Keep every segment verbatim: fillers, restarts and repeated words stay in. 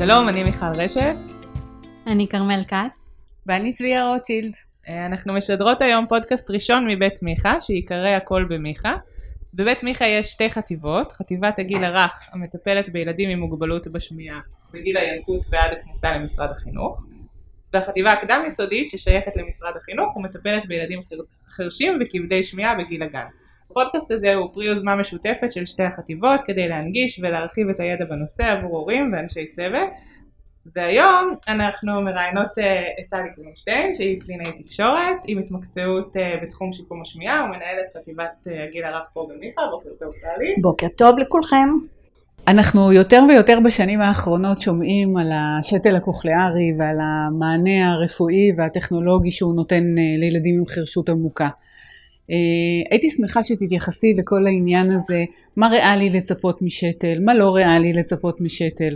שלום, אני מיכל רשף. אני קרמל קץ. ואני צביה רוטשילד. אנחנו משדרות היום פודקאסט ראשון מבית מיכה, שיקרא הכל במיכה. בבית מיכה יש שתי חטיבות, חטיבת הגיל הרך המטפלת בילדים עם מוגבלות בשמיעה, בגיל הינקות ועד הכניסה למשרד החינוך. והחטיבה הקדם יסודית ששייכת למשרד החינוך ומטפלת בילדים חרשים וכבדי שמיעה בגיל הגן. הפודקאסט הזה הוא פרי יוזמה משותפת של שתי החטיבות כדי להנגיש ולהרחיב את הידע בנושא עבור הורים ואנשי צוות. והיום אנחנו מראיינות את טלי קלינשטיין, שהיא קלינאית תקשורת עם התמקצעות בתחום שיקום השמיעה ומנהלת חטיבת הגיל הרך פה במיכה. בוקר טוב טלי. בוקר טוב לכולכם. אנחנו יותר ויותר בשנים האחרונות שומעים על השתל הקוכליארי ועל המענה הרפואי והטכנולוגי שהוא נותן לילדים עם חירשות עמוקה. הייתי שמחה שתתייחסי לכל העניין הזה, מה ריאלי לצפות משתל, מה לא ריאלי לצפות משתל.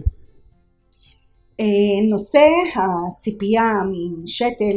נושא הציפייה משתל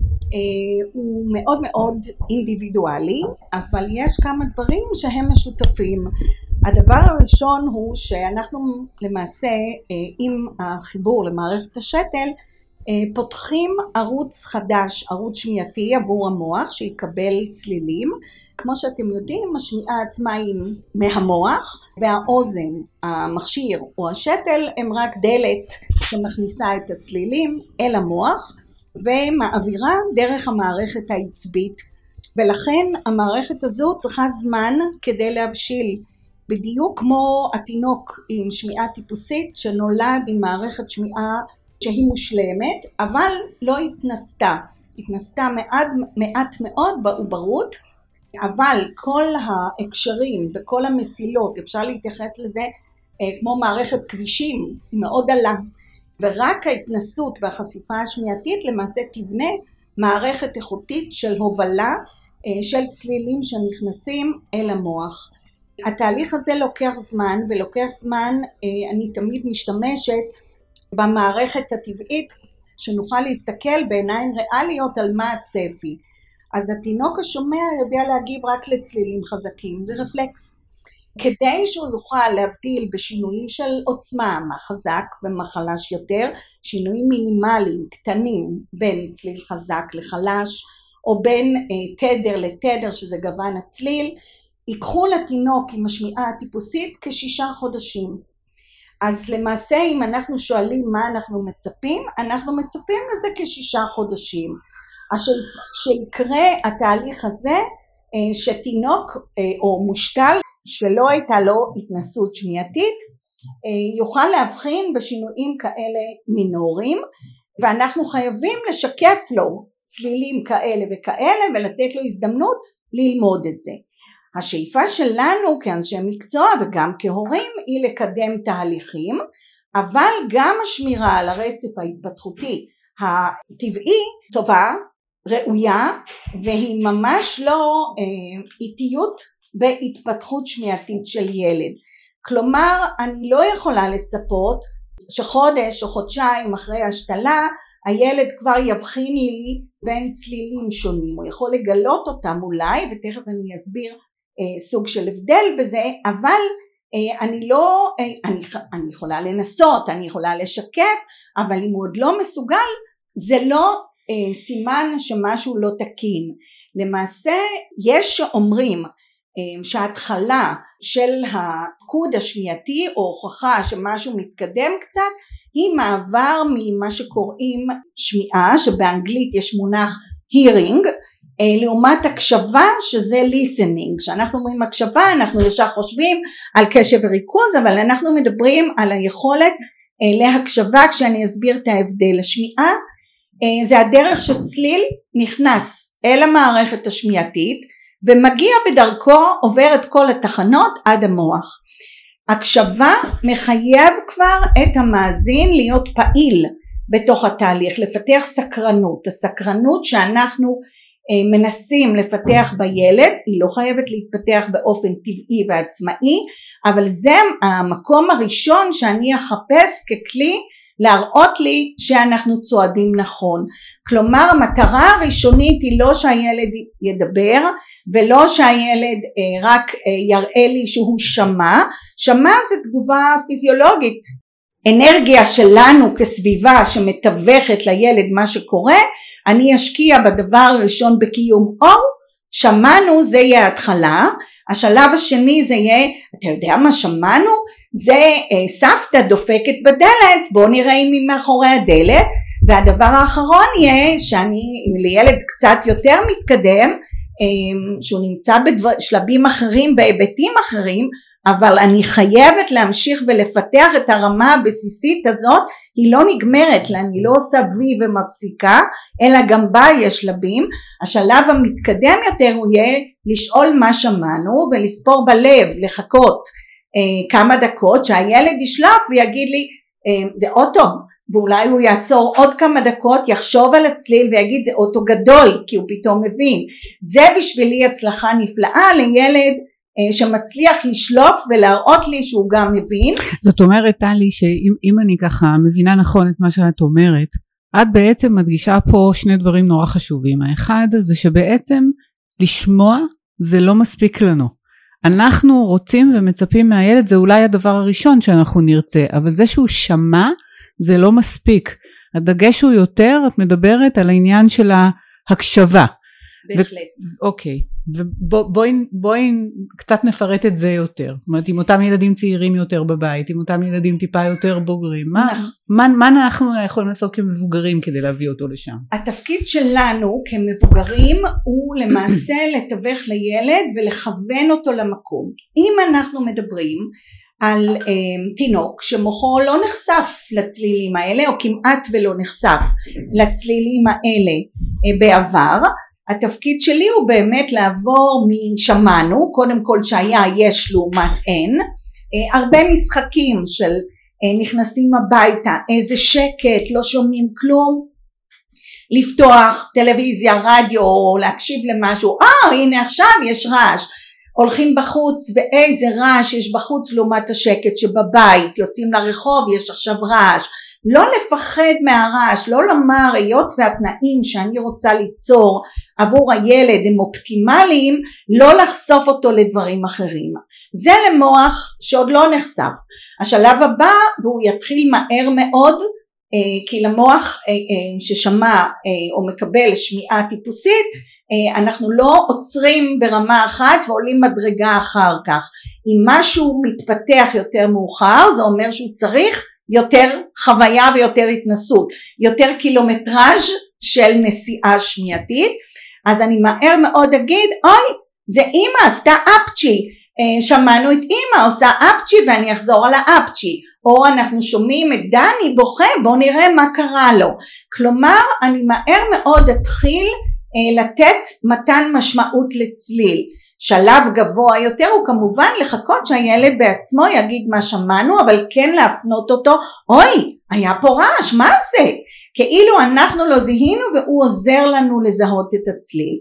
הוא מאוד מאוד אינדיבידואלי, אבל יש כמה דברים שהם משותפים. הדבר הראשון הוא שאנחנו למעשה עם החיבור למערכת השתל פותחים ערוץ חדש, ערוץ שמיעתי עבור המוח שיקבל צלילים. כמו שאתם יודעים, השמיעה עצמה היא מהמוח, והאוזן, המכשיר או השתל הם רק דלת שמכניסה את הצלילים אל המוח ומעבירה דרך המערכת העצבית, ולכן המערכת הזו צריכה זמן כדי להבשיל, בדיוק כמו התינוק עם שמיעה טיפוסית שנולד עם מערכת שמיעה שהיא מושלמת אבל לא התנסתה, התנסתה מעט, מעט מאוד בעוברות, אבל כל ההקשרים וכל המסילות, אפשר להתייחס לזה כמו מערכת כבישים מאוד עלה, ורק ההתנסות והחשיפה השמיעתית למעשה תבנה מערכת איכותית של הובלה של צלילים שנכנסים אל המוח. התהליך הזה לוקח זמן, ולוקח זמן, אני תמיד משתמשת במערכת הטבעית שנוכל להסתכל בעיניים ריאליות על מה הצפי. אז התינוק השומע יודע להגיב רק לצלילים חזקים, זה רפלקס. כדי שהוא יוכל להבדיל בשינויים של עוצמה, מה חזק ומה חלש יותר, שינויים מינימליים קטנים בין צליל חזק לחלש, או בין אה, תדר לתדר שזה גוון הצליל, ייקחו לתינוק עם השמיעה הטיפוסית כשישה חודשים. אז למעשה אם אנחנו שואלים מה אנחנו מצפים, אנחנו מצפים לזה כשישה חודשים. שיקרה התהליך הזה שתינוק או מושתל שלא הייתה לו התנסות שמיעתית יוכל להבחין בשינויים כאלה מינוריים, ואנחנו חייבים לשקף לו צלילים כאלה וכאלה ולתת לו הזדמנות ללמוד את זה. השאיפה שלנו כאנשי מקצוע וגם כהורים היא לקדם תהליכים, אבל גם השמירה על הרצף ההתפתחותי הטבעי טובה, ראויה, והיא ממש לא אה, איטיות בהתפתחות שמיעתית של ילד. כלומר, אני לא יכולה לצפות שחודש או חודשיים אחרי השתלה הילד כבר יבחין לי בין צלילים שונים, הוא יכול לגלות אותם אולי, ותכף אני אסביר אה, סוג של הבדל בזה, אבל אה, אני לא, אה, אני, אני יכולה לנסות, אני יכולה לשקף, אבל אם הוא עוד לא מסוגל, זה לא אה, סימן שמשהו לא תקין. למעשה יש שאומרים אה, שההתחלה של הקוד השמיעתי או הוכחה שמשהו מתקדם קצת, היא מעבר ממה שקוראים שמיעה, שבאנגלית יש מונח hearing, לעומת הקשבה שזה listening. כשאנחנו אומרים הקשבה אנחנו ישר חושבים על קשב וריכוז, אבל אנחנו מדברים על היכולת להקשבה. כשאני אסביר את ההבדל, השמיעה זה הדרך שצליל נכנס אל המערכת השמיעתית ומגיע בדרכו, עובר את כל התחנות עד המוח. הקשבה מחייב כבר את המאזין להיות פעיל בתוך התהליך, לפתח סקרנות. הסקרנות שאנחנו מנסים לפתח בילד היא לא חייבת להתפתח באופן טבעי ועצמאי, אבל זה המקום הראשון שאני אחפש ככלי להראות לי שאנחנו צועדים נכון. כלומר המטרה הראשונית היא לא שהילד ידבר ולא שהילד רק יראה לי שהוא שמע. שמע זה תגובה פיזיולוגית, האנרגיה שלנו כסביבה שמתווכת לילד מה שקורה, אני אשקיע בדבר הראשון בקיום אור, שמענו זה יהיה התחלה, השלב השני זה יהיה, אתה יודע מה שמענו? זה אה, סבתא דופקת בדלת, בוא נראה אם היא מאחורי הדלת, והדבר האחרון יהיה שאני לילד קצת יותר מתקדם, אה, שהוא נמצא בשלבים אחרים, בהיבטים אחרים, אבל אני חייבת להמשיך ולפתח את הרמה הבסיסית הזאת, היא לא נגמרת לה, אני לא עושה וי ומפסיקה, אלא גם בה יש שלבים. השלב המתקדם יותר הוא יהיה לשאול מה שמענו, ולספור בלב, לחכות אה, כמה דקות, שהילד ישלף ויגיד לי, אה, זה אוטו, ואולי הוא יעצור עוד כמה דקות, יחשוב על הצליל ויגיד זה אוטו גדול, כי הוא פתאום מבין. זה בשבילי הצלחה נפלאה לילד, שמצליח לשלוף ולהראות לי שהוא גם מבין. זאת אומרת טלי, שאם אני ככה מבינה נכון את מה שאת אומרת, את בעצם מדגישה פה שני דברים נורא חשובים. האחד זה שבעצם לשמוע זה לא מספיק לנו. אנחנו רוצים ומצפים מהילד, זה אולי הדבר הראשון שאנחנו נרצה, אבל זה שהוא שמע זה לא מספיק. הדגש הוא יותר, את מדברת על העניין של ההקשבה. בהחלט. אוקיי, ובואי בואי קצת נפרט את זה יותר. זאת אומרת, עם אותם ילדים צעירים יותר בבית, עם אותם ילדים טיפה יותר בוגרים, מה, מה, מה אנחנו יכולים לעשות כמבוגרים כדי להביא אותו לשם? התפקיד שלנו כמבוגרים הוא למעשה לתווך לילד ולכוון אותו למקום. אם אנחנו מדברים על אה, תינוק שמוחו לא נחשף לצלילים האלה, או כמעט ולא נחשף לצלילים האלה אה, בעבר, התפקיד שלי הוא באמת לעבור משמענו, קודם כל שהיה יש לעומת אין, הרבה משחקים של נכנסים הביתה, איזה שקט, לא שומעים כלום, לפתוח טלוויזיה, רדיו, או להקשיב למשהו, אה הנה עכשיו יש רעש, הולכים בחוץ ואיזה רעש יש בחוץ לעומת השקט שבבית, יוצאים לרחוב יש עכשיו רעש, לא לפחד מהרעש, לא לומר היות והתנאים שאני רוצה ליצור עבור הילד הם אופטימליים, לא לחשוף אותו לדברים אחרים. זה למוח שעוד לא נחשף. השלב הבא, והוא יתחיל מהר מאוד, כי למוח ששמע או מקבל שמיעה טיפוסית, אנחנו לא עוצרים ברמה אחת ועולים מדרגה אחר כך. אם משהו מתפתח יותר מאוחר, זה אומר שהוא צריך יותר חוויה ויותר התנסות, יותר קילומטראז' של נסיעה שמיעתית. אז אני מהר מאוד אגיד, אוי, זה אמא עשתה אפצ'י, שמענו את אמא עושה אפצ'י ואני אחזור על האפצ'י, או אנחנו שומעים את דני בוכה, בוא נראה מה קרה לו. כלומר, אני מהר מאוד אתחיל לתת מתן משמעות לצליל. שלב גבוה יותר הוא כמובן לחכות שהילד בעצמו יגיד מה שמענו, אבל כן להפנות אותו, אוי, היה פה רעש, מה זה? כאילו אנחנו לא זיהינו והוא עוזר לנו לזהות את הצליל.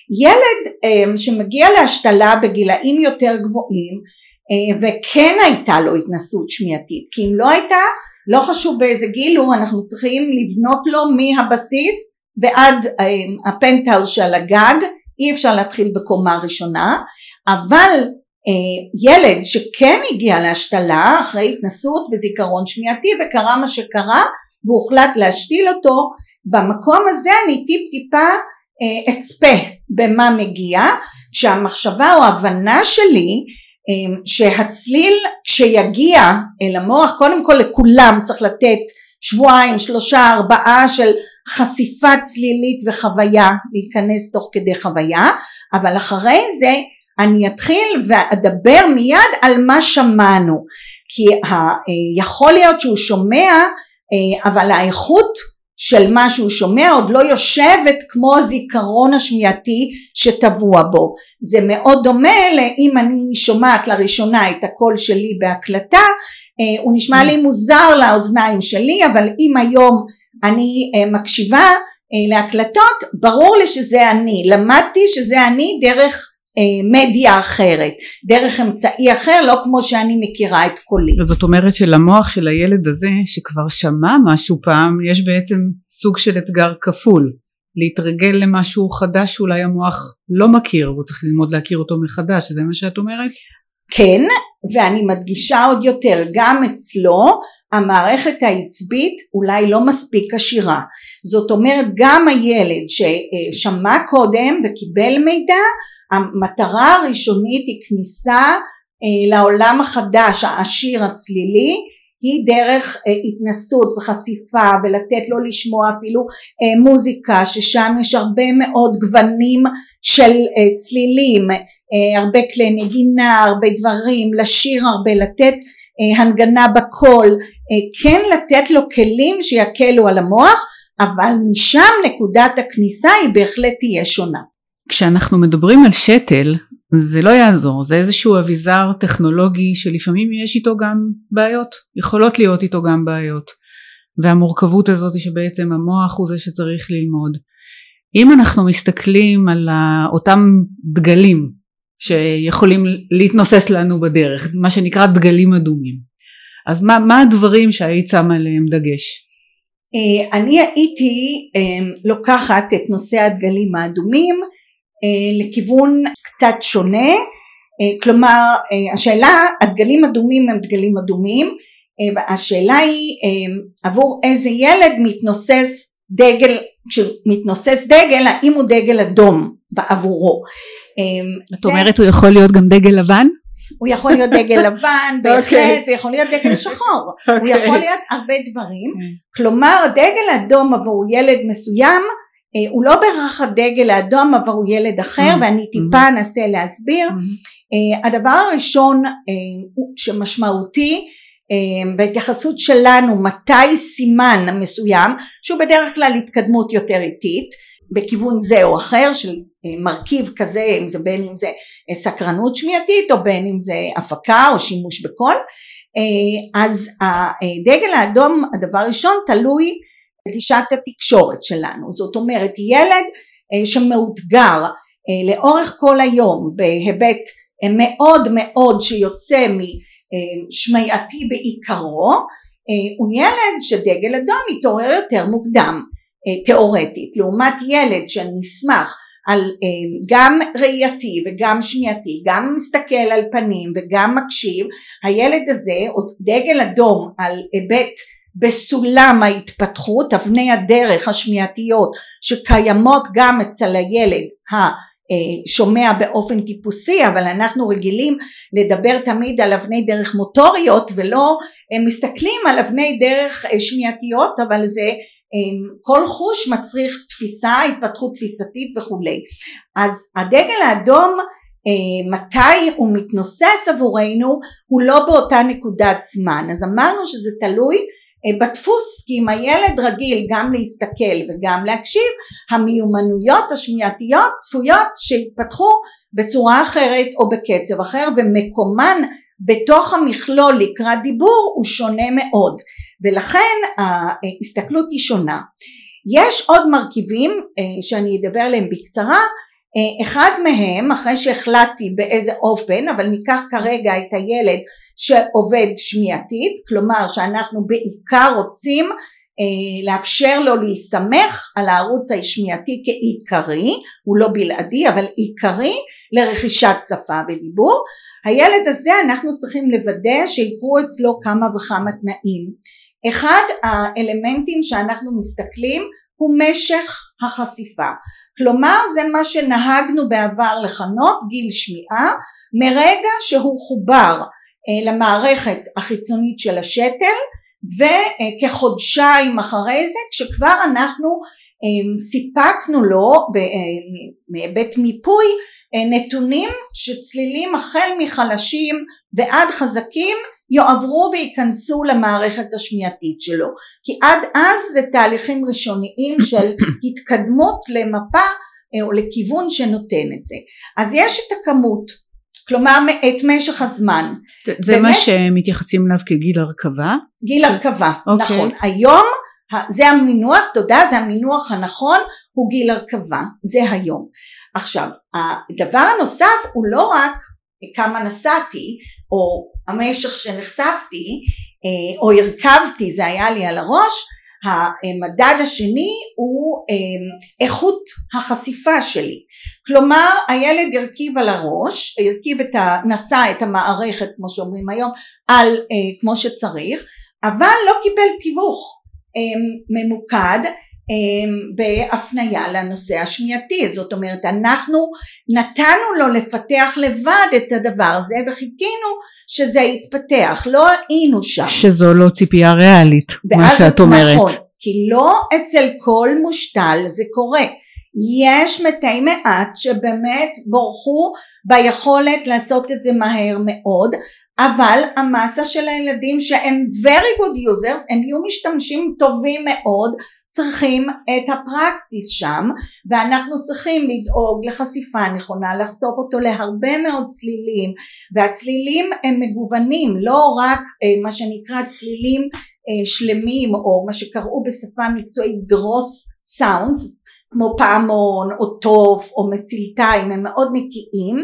ילד שמגיע להשתלה בגילאים יותר גבוהים, וכן הייתה לו התנסות שמיעתית, כי אם לא הייתה, לא חשוב באיזה גיל הוא, אנחנו צריכים לבנות לו מהבסיס ועד הפנטהאוס של הגג, אי אפשר להתחיל בקומה ראשונה, אבל אה, ילד שכן הגיע להשתלה אחרי התנסות וזיכרון שמיעתי וקרה מה שקרה והוחלט להשתיל אותו, במקום הזה אני טיפ טיפה אה, אצפה במה מגיע, שהמחשבה או ההבנה שלי אה, שהצליל כשיגיע אל המוח, קודם כל לכולם צריך לתת שבועיים, שלושה, ארבעה של חשיפה צלילית וחוויה, להיכנס תוך כדי חוויה, אבל אחרי זה אני אתחיל ואדבר מיד על מה שמענו, כי יכול להיות שהוא שומע, אבל האיכות של מה שהוא שומע עוד לא יושבת כמו הזיכרון השמיעתי שטבוע בו. זה מאוד דומה לאם אני שומעת לראשונה את הקול שלי בהקלטה, הוא נשמע לי מוזר לאוזניים שלי, אבל אם היום אני מקשיבה להקלטות, ברור לי שזה אני, למדתי שזה אני דרך מדיה אחרת, דרך אמצעי אחר, לא כמו שאני מכירה את קולי. זאת אומרת שלמוח של הילד הזה שכבר שמע משהו פעם, יש בעצם סוג של אתגר כפול, להתרגל למשהו חדש שאולי המוח לא מכיר, הוא צריך ללמוד להכיר אותו מחדש, זה מה שאת אומרת? כן, ואני מדגישה עוד יותר, גם אצלו המערכת העצבית אולי לא מספיק עשירה. זאת אומרת, גם הילד ששמע קודם וקיבל מידע, המטרה הראשונית היא כניסה לעולם החדש, העשיר הצלילי, היא דרך התנסות וחשיפה, ולתת לו לשמוע אפילו מוזיקה, ששם יש הרבה מאוד גוונים של צלילים, הרבה כלי נגינה, הרבה דברים, לשיר הרבה, לתת הנגנה בקול, כן לתת לו כלים שיקלו על המוח, אבל משם נקודת הכניסה היא בהחלט תהיה שונה. כשאנחנו מדברים על שתל, זה לא יעזור, זה איזשהו אביזר טכנולוגי שלפעמים יש איתו גם בעיות, יכולות להיות איתו גם בעיות, והמורכבות הזאת שבעצם המוח הוא זה שצריך ללמוד. אם אנחנו מסתכלים על אותם דגלים שיכולים להתנוסס לנו בדרך, מה שנקרא דגלים אדומים, אז מה, מה הדברים שהיית שמה עליהם דגש? אני הייתי לוקחת את נושא הדגלים האדומים לכיוון קצת שונה, כלומר השאלה, הדגלים אדומים הם דגלים אדומים, השאלה היא עבור איזה ילד מתנוסס דגל, כשמתנוסס דגל, האם הוא דגל אדום בעבורו. את אומרת הוא יכול להיות גם דגל לבן? הוא יכול להיות דגל לבן, בהחלט, הוא יכול להיות דגל שחור, הוא יכול להיות הרבה דברים, כלומר דגל אדום עבור ילד מסוים, הוא לא בהכרח הדגל האדום עבור ילד אחר, ואני טיפה אנסה להסביר. הדבר הראשון שמשמעותי בהתייחסות שלנו, מתי סימן מסוים, שהוא בדרך כלל התקדמות יותר איטית, בכיוון זה או אחר של מרכיב כזה, אם זה בין אם זה סקרנות שמיעתית או בין אם זה הפקה או שימוש בקול, אז הדגל האדום הדבר ראשון תלוי בגישת התקשורת שלנו. זאת אומרת ילד שמאותגר לאורך כל היום בהיבט מאוד מאוד שיוצא משמעתי בעיקרו, הוא ילד שדגל אדום מתעורר יותר מוקדם תיאורטית, לעומת ילד שנסמך על גם ראייתי וגם שמיעתי, גם מסתכל על פנים וגם מקשיב, הילד הזה דגל אדום על היבט בסולם ההתפתחות, אבני הדרך השמיעתיות שקיימות גם אצל הילד השומע באופן טיפוסי, אבל אנחנו רגילים לדבר תמיד על אבני דרך מוטוריות ולא מסתכלים על אבני דרך שמיעתיות, אבל זה כל חוש מצריך תפיסה, התפתחות תפיסתית וכולי. אז הדגל האדום מתי הוא מתנוסס עבורנו הוא לא באותה נקודת זמן, אז אמרנו שזה תלוי בדפוס, כי אם הילד רגיל גם להסתכל וגם להקשיב, המיומנויות השמיעתיות צפויות שהתפתחו בצורה אחרת או בקצב אחר, ומקומן בתוך המכלול לקראת דיבור הוא שונה מאוד, ולכן ההסתכלות היא שונה. יש עוד מרכיבים שאני אדבר עליהם בקצרה, אחד מהם אחרי שהחלטתי באיזה אופן, אבל ניקח כרגע את הילד שעובד שמיעתית, כלומר שאנחנו בעיקר רוצים לאפשר לו להסתמך על הערוץ השמיעתי כעיקרי, הוא לא בלעדי אבל עיקרי לרכישת שפה ודיבור. הילד הזה אנחנו צריכים לוודא שיקרו אצלו כמה וכמה תנאים. אחד האלמנטים שאנחנו מסתכלים הוא משך החשיפה, כלומר זה מה שנהגנו בעבר לכנות גיל שמיעה, מרגע שהוא חובר למערכת החיצונית של השתל, וכחודשיים אחרי זה כשכבר אנחנו סיפקנו לו בהיבט מיפוי נתונים שצלילים החל מחלשים ועד חזקים יועברו וייכנסו למערכת השמיעתית שלו, כי עד אז זה תהליכים ראשוניים של התקדמות למפה או לכיוון שנותן את זה. אז יש את הכמות, כלומר את משך הזמן. זה מה שמתייחסים אליו כגיל הרכבה? גיל הרכבה, נכון. היום זה המינוח, תודה, זה המינוח הנכון, הוא גיל הרכבה, זה היום. עכשיו, הדבר הנוסף הוא לא רק כמה נסעתי, או המשך שנחשפתי, או הרכבתי, זה היה לי על הראש, המדד השני הוא איכות החשיפה שלי, כלומר הילד ירכיב על הראש, ירכיב את ה, נשא את המערכת כמו שאומרים היום על כמו שצריך, אבל לא קיבל תיווך ממוקד בהפניה לנושא השמיעתי. זאת אומרת אנחנו נתנו לו לפתח לבד את הדבר הזה וחיכינו שזה יתפתח, לא היינו שם. שזו לא ציפייה ריאלית מה שאת אומרת. נכון, כי לא אצל כל מושתל זה קורה. יש מתי מעט שבאמת בורחו ביכולת לעשות את זה מהר מאוד, אבל המסה של הילדים שהם very good users, הם יהיו משתמשים טובים מאוד, צריכים את הפרקטיס שם, ואנחנו צריכים לדאוג לחשיפה נכונה, לחשוף אותו להרבה מאוד צלילים, והצלילים הם מגוונים, לא רק מה שנקרא צלילים שלמים, או מה שקראו בשפה מקצועית gross sounds, כמו פעמון או טוף או מצלתיים, הם מאוד נקיים,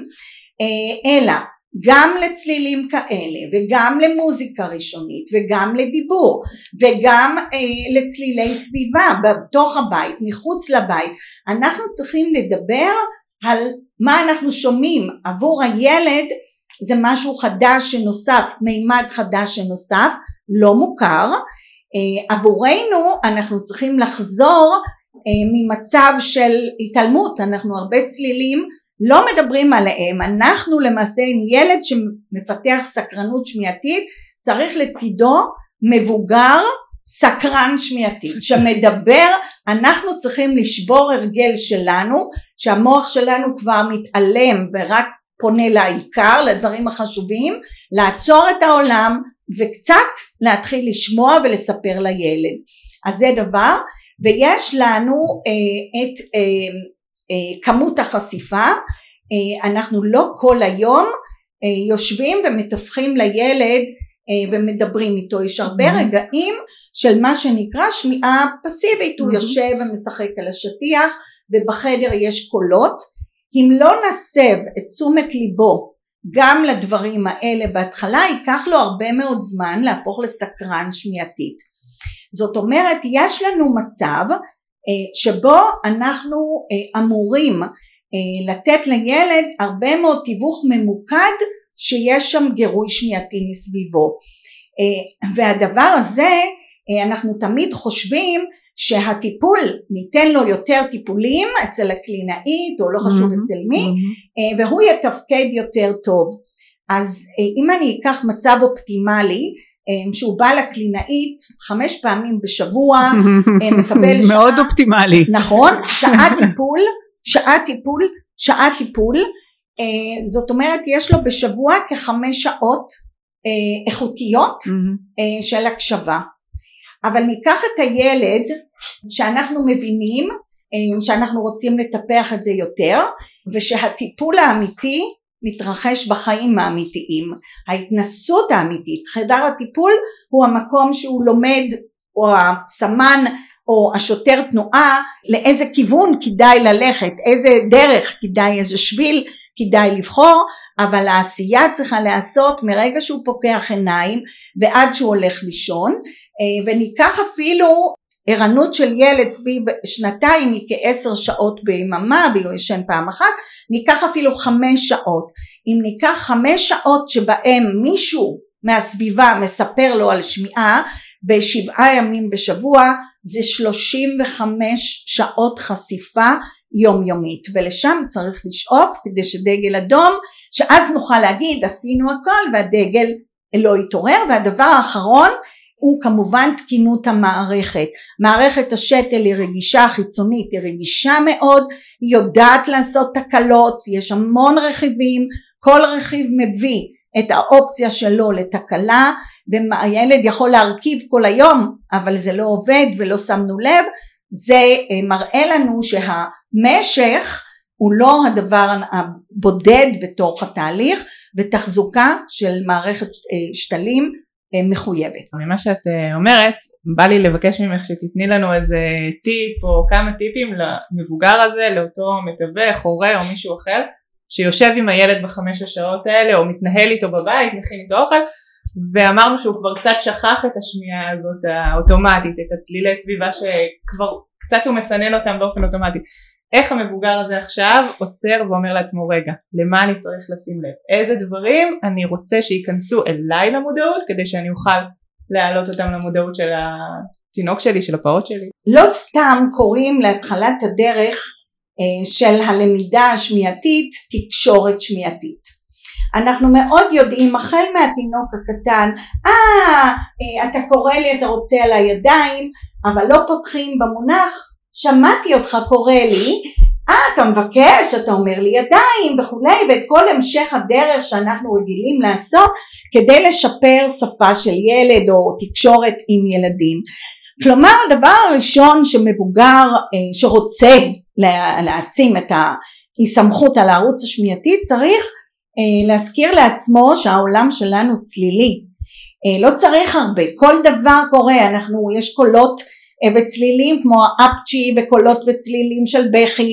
אלא גם לצלילים כאלה וגם למוזיקה ראשונית וגם לדיבור וגם אה, לצלילי סביבה בתוך הבית, מחוץ לבית. אנחנו צריכים לדבר על מה אנחנו שומעים עבור הילד. זה משהו חדש שנוסף, מימד חדש שנוסף, לא מוכר. אה, עבורנו אנחנו צריכים לחזור אה, ממצב של התעלמות. אנחנו הרבה צלילים לא מדברים עליהם. אנחנו למעשה עם ילד שמפתח סקרנות שמיעתית, צריך לצידו מבוגר סקרן שמיעתית שמדבר. אנחנו צריכים לשבור הרגל שלנו, שהמוח שלנו כבר מתעלם ורק פונה לעיקר, לדברים החשובים, לעצור את העולם וקצת להתחיל לשמוע ולספר לילד. אז זה דבר. ויש לנו אה, את אה, כמות החשיפה. אנחנו לא כל היום יושבים ומתווכים לילד ומדברים איתו, יש הרבה רגעים של מה שנקרא שמיעה פסיבית, הוא יושב ומשחק על השטיח ובחדר יש קולות. אם לא נסב את תשומת ליבו גם לדברים האלה בהתחלה, ייקח לו הרבה מאוד זמן להפוך לסקרן שמיעתית. זאת אומרת יש לנו מצב שבו אנחנו אמורים לתת לילד הרבה מאוד תיווך ממוקד שיש שם גירוי שמיעתי מסביבו, והדבר הזה אנחנו תמיד חושבים שהטיפול ניתן לו יותר טיפולים אצל הקלינאית או לא חשוב אצל מי, והוא יתפקד יותר טוב. אז אם אני אקח מצב אופטימלי שהוא בא לקלינאית חמש פעמים בשבוע, מקבל שעה, מאוד אופטימלי, נכון, שעה טיפול, שעה טיפול, שעה טיפול, זאת אומרת יש לו בשבוע כחמש שעות איכותיות של הקשבה. אבל ניקח את הילד שאנחנו מבינים שאנחנו רוצים לטפח את זה יותר, ושהטיפול האמיתי מתרחש בחיים האמיתיים, ההתנסות האמיתית. חדר הטיפול הוא המקום שהוא לומד, או הסמן או השוטר תנועה, לאיזה כיוון כדאי ללכת, איזה דרך כדאי, איזה שביל כדאי לבחור, אבל העשייה צריכה לעשות מרגע שהוא פוקח עיניים ועד שהוא הולך לישון. וניקח אפילו ערנות של ילד סביב שנתיים היא כעשר שעות ביממה והוא ישן פעם אחת, ניקח אפילו חמש שעות. אם ניקח חמש שעות שבהם מישהו מהסביבה מספר לו על שמיעה בשבעה ימים בשבוע, זה שלושים וחמש שעות חשיפה יומיומית, ולשם צריך לשאוף כדי שדגל אדום, שאז נוכל להגיד עשינו הכל והדגל לא יתעורר. והדבר האחרון הוא כמובן תקינות המערכת. מערכת השתל היא רגישה, חיצונית היא רגישה מאוד, היא יודעת לעשות תקלות, יש המון רכיבים, כל רכיב מביא את האופציה שלו לתקלה, והילד יכול להרכיב כל היום אבל זה לא עובד ולא שמנו לב. זה מראה לנו שהמשך הוא לא הדבר הבודד בתוך התהליך, ותחזוקה של מערכת שתלים מחויבת. ממה שאת אומרת, בא לי לבקש ממך שתתני לנו איזה טיפ או כמה טיפים למבוגר הזה, לאותו מתווך, הורה או מישהו אחר, שיושב עם הילד בחמש השעות האלה, או מתנהל איתו בבית, מכין איתו אוכל, ואמרנו שהוא כבר קצת שכח את השמיעה הזאת האוטומטית, את הצלילי סביבה שכבר קצת הוא מסנן אותם באופן אוטומטי. איך המבוגר הזה עכשיו עוצר ואומר לעצמו רגע, למה אני צריך לשים לב? איזה דברים אני רוצה שייכנסו אליי למודעות כדי שאני אוכל להעלות אותם למודעות של התינוק שלי, של הפעוט שלי? לא סתם קוראים להתחלת הדרך של הלמידה השמיעתית תקשורת שמיעתית. אנחנו מאוד יודעים החל מהתינוק הקטן, אה, אתה קורא לי, אתה רוצה על הידיים, אבל לא פותחים במונח, שמעתי אותך קורא לי, אה, אתה מבקש, אתה אומר לי ידיים וכולי, ואת כל המשך הדרך שאנחנו רגילים לעשות, כדי לשפר שפה של ילד או תקשורת עם ילדים. כלומר, הדבר הראשון שמבוגר שרוצה להעצים את ההסתמכות על הערוץ השמיעתי, צריך להזכיר לעצמו שהעולם שלנו צלילי. לא צריך הרבה, כל דבר קורה, אנחנו, יש קולות וצלילים כמו אפצ'י וקולות וצלילים של בכי,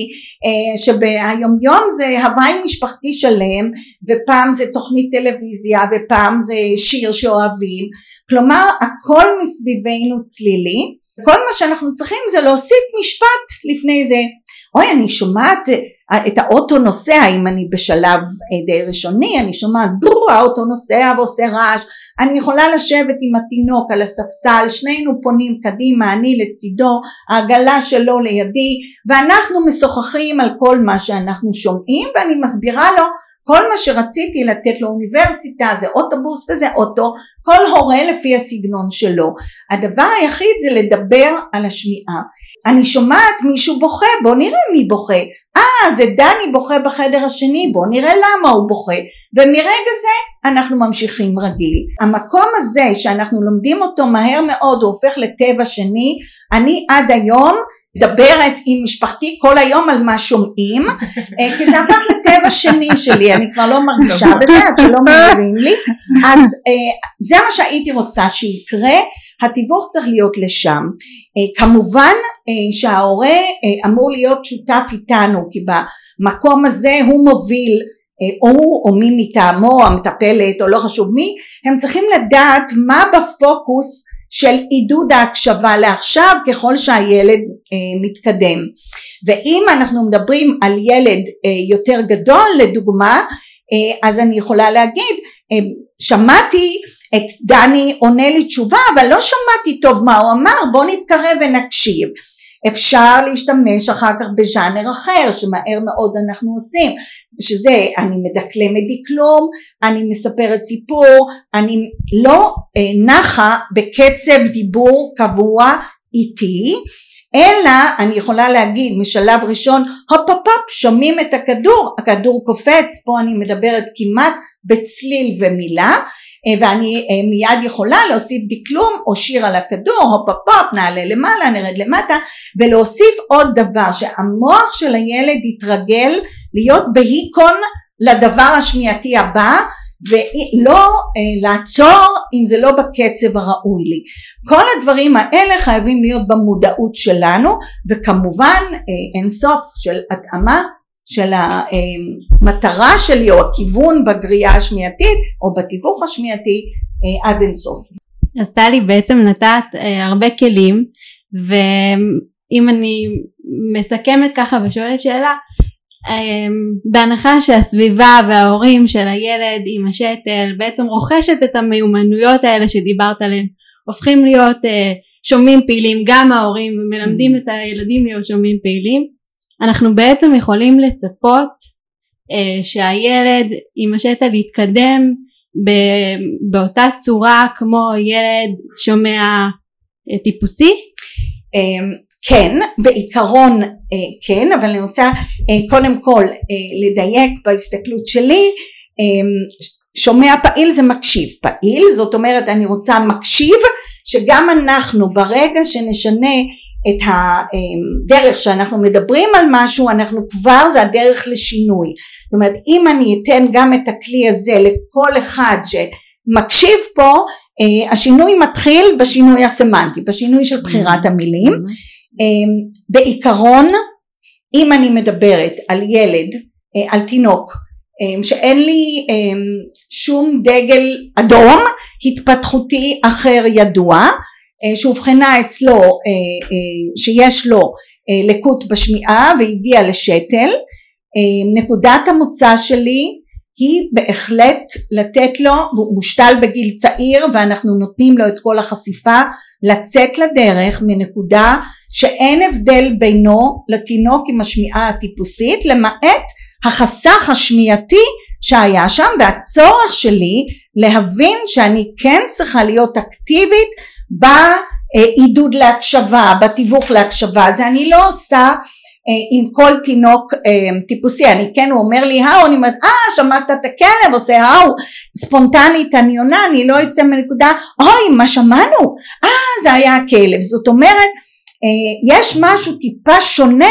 שבהיום יום זה הוואי משפחתי שלם, ופעם זה תוכנית טלוויזיה ופעם זה שיר שאוהבים, כלומר הכל מסביבנו צלילי. כל מה שאנחנו צריכים זה להוסיף משפט לפני זה. אוי, אני שומעת את האוטו נוסע, אם אני בשלב די ראשוני, אני שומעת ברור, האוטו נוסע ועושה רעש, אני יכולה לשבת עם התינוק על הספסל, שנינו פונים קדימה, אני לצידו, העגלה שלו לידי, ואנחנו משוחחים על כל מה שאנחנו שומעים, ואני מסבירה לו כל מה שרציתי לתת לאוניברסיטה, זה אוטובוס וזה אוטו, כל הורה לפי הסגנון שלו. הדבר היחיד זה לדבר על השמיעה. אני שומעת מישהו בוכה, בוא נראה מי בוכה. אה, זה דני בוכה בחדר השני, בוא נראה למה הוא בוכה. ומרגע זה אנחנו ממשיכים רגיל. המקום הזה שאנחנו לומדים אותו מהר מאוד, הוא הופך לטבע שני. אני עד היום מדברת עם משפחתי כל היום על מה שומעים, כי זה הפך לטבע שני שלי, אני כבר לא מרגישה בזה, עד שלא מעירים לי. אז זה מה שהייתי רוצה שיקרה, התיווך צריך להיות לשם. כמובן שההורה אמור להיות שותף איתנו, כי במקום הזה הוא מוביל, או הוא או מי מטעמו, המטפלת או לא חשוב מי, הם צריכים לדעת מה בפוקוס של עידוד ההקשבה לעכשיו ככל שהילד אה, מתקדם. ואם אנחנו מדברים על ילד אה, יותר גדול לדוגמה, אה, אז אני יכולה להגיד, אה, שמעתי את דני עונה לי תשובה, אבל לא שמעתי טוב מה הוא אמר, בוא נתקרב ונקשיב. אפשר להשתמש אחר כך בז'אנר אחר שמהר מאוד אנחנו עושים, שזה אני מדקלמת דקלום, אני מספרת סיפור, אני לא נחה בקצב דיבור קבוע איתי, אלא אני יכולה להגיד משלב ראשון, הופ הופ הופ, שומעים את הכדור, הכדור קופץ, פה אני מדברת כמעט בצליל ומילה, ואני מיד יכולה להוסיף דקלום או שיר על הכדור, הופ הופ הופ, נעלה למעלה, נרד למטה, ולהוסיף עוד דבר, שהמוח של הילד יתרגל להיות בהיקון לדבר השמיעתי הבא, ולא לעצור אם זה לא בקצב הראוי לי. כל הדברים האלה חייבים להיות במודעות שלנו, וכמובן אין סוף של התאמה של המטרה שלי או הכיוון בגריעה השמיעתית או בתיווך השמיעתי עד אין סוף. אז טלי בעצם נתת הרבה כלים, ואם אני מסכמת ככה ושואלת שאלה, בהנחה שהסביבה וההורים של הילד עם השתל בעצם רוכשת את המיומנויות האלה שדיברת עליהן, הופכים להיות שומעים פעילים, גם ההורים מלמדים את הילדים להיות שומעים פעילים, אנחנו בעצם יכולים לצפות אה, שהילד עם השתל יתקדם ב- באותה צורה כמו ילד שומע אה, טיפוסי? אה, כן, בעיקרון אה, כן, אבל אני רוצה אה, קודם כל אה, לדייק בהסתכלות שלי, אה, שומע פעיל זה מקשיב פעיל, זאת אומרת אני רוצה מקשיב שגם אנחנו ברגע שנשנה את הדרך שאנחנו מדברים על משהו, אנחנו כבר זה הדרך לשינוי. זאת אומרת אם אני אתן גם את הכלי הזה לכל אחד שמקשיב פה, השינוי מתחיל בשינוי הסמנטי, בשינוי של בחירת המילים. בעיקרון אם אני מדברת על ילד, על תינוק שאין לי שום דגל אדום התפתחותי אחר ידוע, שהובחנה אצלו שיש לו לקות בשמיעה והגיע לשתל. נקודת המוצא שלי היא בהחלט לתת לו, והוא מושתל בגיל צעיר ואנחנו נותנים לו את כל החשיפה, לצאת לדרך מנקודה שאין הבדל בינו לתינוק עם השמיעה הטיפוסית, למעט החסך השמיעתי שהיה שם, והצורך שלי להבין שאני כן צריכה להיות אקטיבית בעידוד להקשבה, בתיווך להקשבה. זה אני לא עושה עם כל תינוק טיפוסי. אני כן, הוא אומר לי האו, אני אומרת אה שמעת את הכלב, עושה האו ספונטנית, אני עונה, אני לא אצא מנקודה אוי מה שמענו, אה זה היה הכלב. זאת אומרת יש משהו טיפה שונה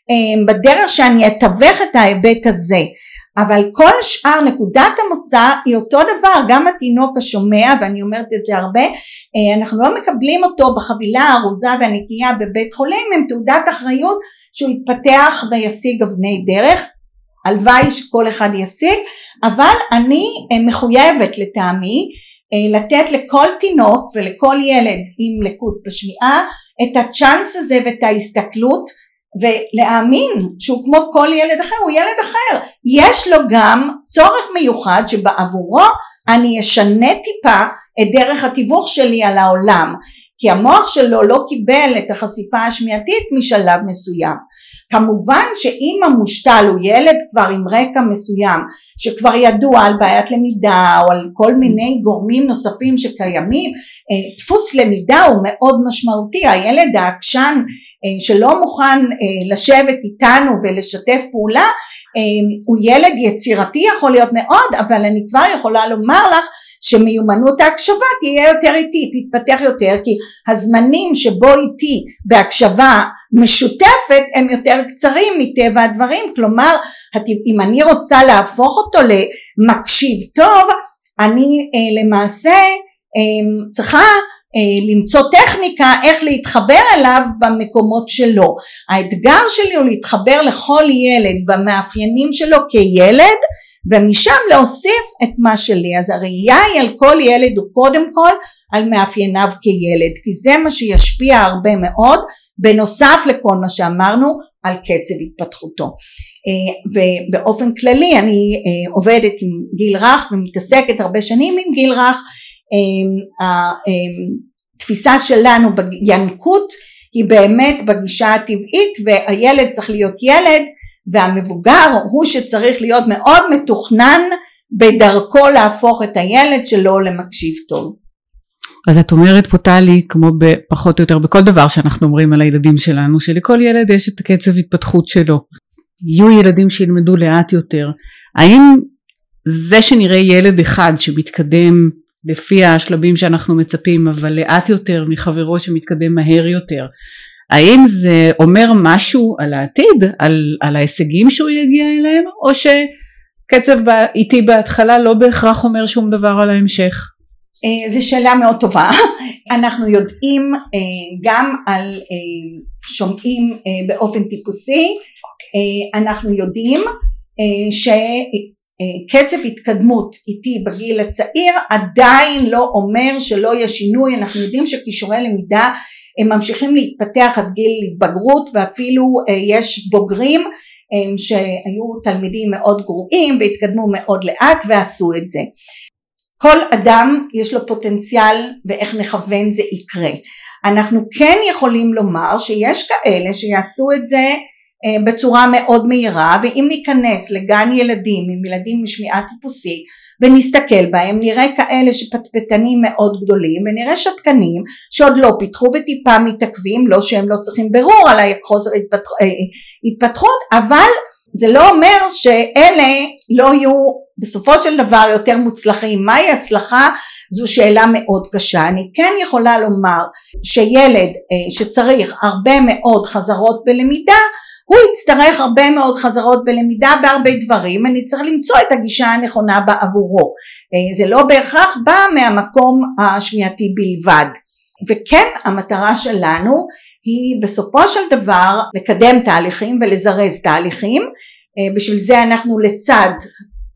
בדרך שאני אתווך את ההיבט הזה, אבל כל שאר נקודת המוצא היא אותו דבר. גם התינוק השומע, ואני אומרת את זה הרבה, אנחנו לא מקבלים אותו בחבילה הארוזה והנקייה בבית חולים עם תעודת אחריות שהוא יתפתח וישיג אבני דרך, הלוואי שכל אחד ישיג, אבל אני מחויבת לטעמי לתת לכל תינוק ולכל ילד עם לקות בשמיעה את הצ'אנס הזה ואת ההסתכלות, ולהאמין שהוא כמו כל ילד אחר, הוא ילד אחר, יש לו גם צורך מיוחד שבעבורו אני אשנה טיפה את דרך התיווך שלי על העולם, כי המוח שלו לא קיבל את החשיפה השמיעתית משלב מסוים. כמובן שאם המושתל הוא ילד כבר עם רקע מסוים, שכבר ידוע על בעיית למידה או על כל מיני גורמים נוספים שקיימים, דפוס למידה הוא מאוד משמעותי. הילד העקשן שלא מוכן לשבת איתנו ולשתף פעולה, הוא ילד יצירתי יכול להיות מאוד, אבל אני כבר יכולה לומר לך שמיומנות ההקשבה תהיה יותר איטית, תתפתח יותר, כי הזמנים שבו איתי בהקשבה משותפת הם יותר קצרים מטבע הדברים. כלומר אם אני רוצה להפוך אותו למקשיב טוב, אני למעשה צריכה למצוא טכניקה איך להתחבר אליו במקומות שלו. האתגר שלי הוא להתחבר לכל ילד במאפיינים שלו כילד, ומשם להוסיף את מה שלי. אז הראייה היא על כל ילד הוא קודם כל על מאפייניו כילד, כי זה מה שישפיע הרבה מאוד, בנוסף לכל מה שאמרנו על קצב התפתחותו. ובאופן כללי אני עובדת עם גיל רך ומתעסקת הרבה שנים עם גיל רך. התפיסה שלנו בינקות היא באמת בגישה הטבעית, והילד צריך להיות ילד והמבוגר הוא שצריך להיות מאוד מתוכנן בדרכו להפוך את הילד שלו למקשיב טוב. אז את אומרת פה טלי, כמו פחות או יותר בכל דבר שאנחנו אומרים על הילדים שלנו, שלכל ילד יש את הקצב התפתחות שלו. יהיו ילדים שילמדו לאט יותר. האם זה שנראה ילד אחד שמתקדם לפי השלבים שאנחנו מצפים, אבל לאט יותר מחברו שמתקדם מהר יותר, האם זה אומר משהו על העתיד, על, על ההישגים שהוא יגיע אליהם, או שקצב איטי בהתחלה לא בהכרח אומר שום דבר על ההמשך? זו שאלה מאוד טובה. אנחנו יודעים גם על שומעים באופן טיפוסי, אנחנו יודעים שקצב התקדמות איטי בגיל הצעיר עדיין לא אומר שלא יש שינוי. אנחנו יודעים שכישורי למידה הם ממשיכים להתפתח עד גיל התבגרות, ואפילו יש בוגרים שהיו תלמידים מאוד גרועים והתקדמו מאוד לאט ועשו את זה. כל אדם יש לו פוטנציאל ואיך נכוון זה יקרה. אנחנו כן יכולים לומר שיש כאלה שיעשו את זה בצורה מאוד מהירה, ואם ניכנס לגן ילדים עם ילדים משמיעה טיפוסית ונסתכל בהם, נראה כאלה שפטפטנים מאוד גדולים, ונראה שתקנים שעוד לא פיתחו וטיפה מתעכבים, לא שהם לא צריכים ברור על חוסר התפתחות, אבל זה לא אומר שאלה לא יהיו בסופו של דבר יותר מוצלחים. מהי הצלחה? זו שאלה מאוד קשה. אני כן יכולה לומר שילד שצריך הרבה מאוד חזרות בלמידה, הוא יצטרך הרבה מאוד חזרות בלמידה בהרבה דברים. אני צריך למצוא את הגישה הנכונה בעבורו. זה לא בהכרח בא מהמקום השמיעתי בלבד. וכן, המטרה שלנו היא בסופו של דבר לקדם תהליכים ולזרז תהליכים. בשביל זה אנחנו לצד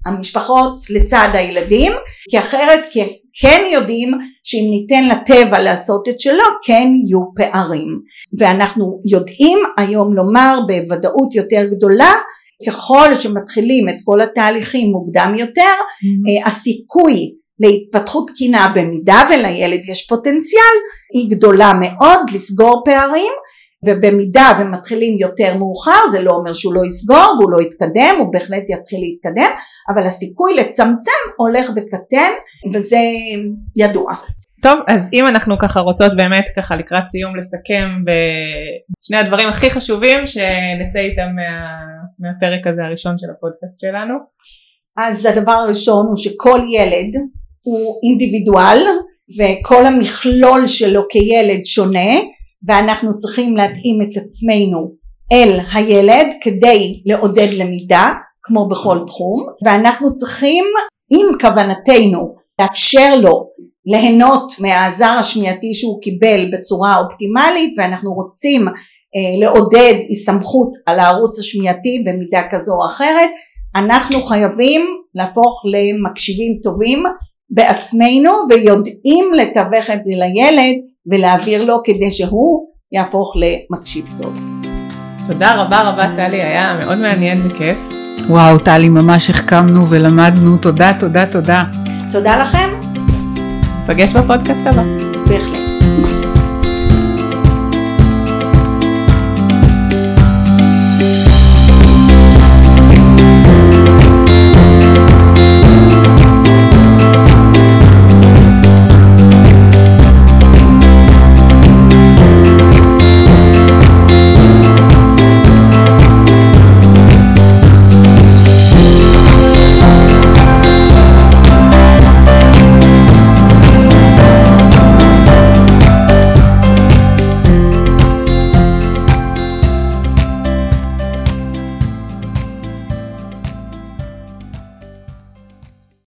המשפחות לצד הילדים, כי אחרת כן יודעים שאם ניתן לטבע לעשות את שלו כן יהיו פערים, ואנחנו יודעים היום לומר בוודאות יותר גדולה, ככל שמתחילים את כל התהליכים מוקדם יותר, mm-hmm. הסיכוי להתפתחות תקינה במידה ולילד יש פוטנציאל היא גדולה מאוד לסגור פערים, ובמידה ומתחילים יותר מאוחר זה לא אומר שהוא לא יסגור והוא לא יתקדם, הוא בהחלט יתחיל להתקדם, אבל הסיכוי לצמצם הולך וקטן וזה ידוע. טוב, אז אם אנחנו ככה רוצות באמת ככה לקראת סיום לסכם בשני הדברים הכי חשובים שנצא איתם מה, מהפרק הזה הראשון של הפודקאסט שלנו. אז הדבר הראשון הוא שכל ילד הוא אינדיבידואל וכל המכלול שלו כילד שונה, ואנחנו צריכים להתאים את עצמנו אל הילד כדי לעודד למידה כמו בכל תחום, ואנחנו צריכים עם כוונתנו לאפשר לו ליהנות מהעזר השמיעתי שהוא קיבל בצורה אופטימלית, ואנחנו רוצים אה, לעודד הסתמכות על הערוץ השמיעתי במידה כזו או אחרת, אנחנו חייבים להפוך למקשיבים טובים בעצמנו ויודעים לתווך את זה לילד ולהעביר לו כדי שהוא יהפוך למקשיב טוב. תודה רבה רבה טלי, היה מאוד מעניין וכיף. וואו טלי, ממש החכמנו ולמדנו, תודה תודה תודה. תודה לכם. נפגש בפודקאסט הבא. בהחלט.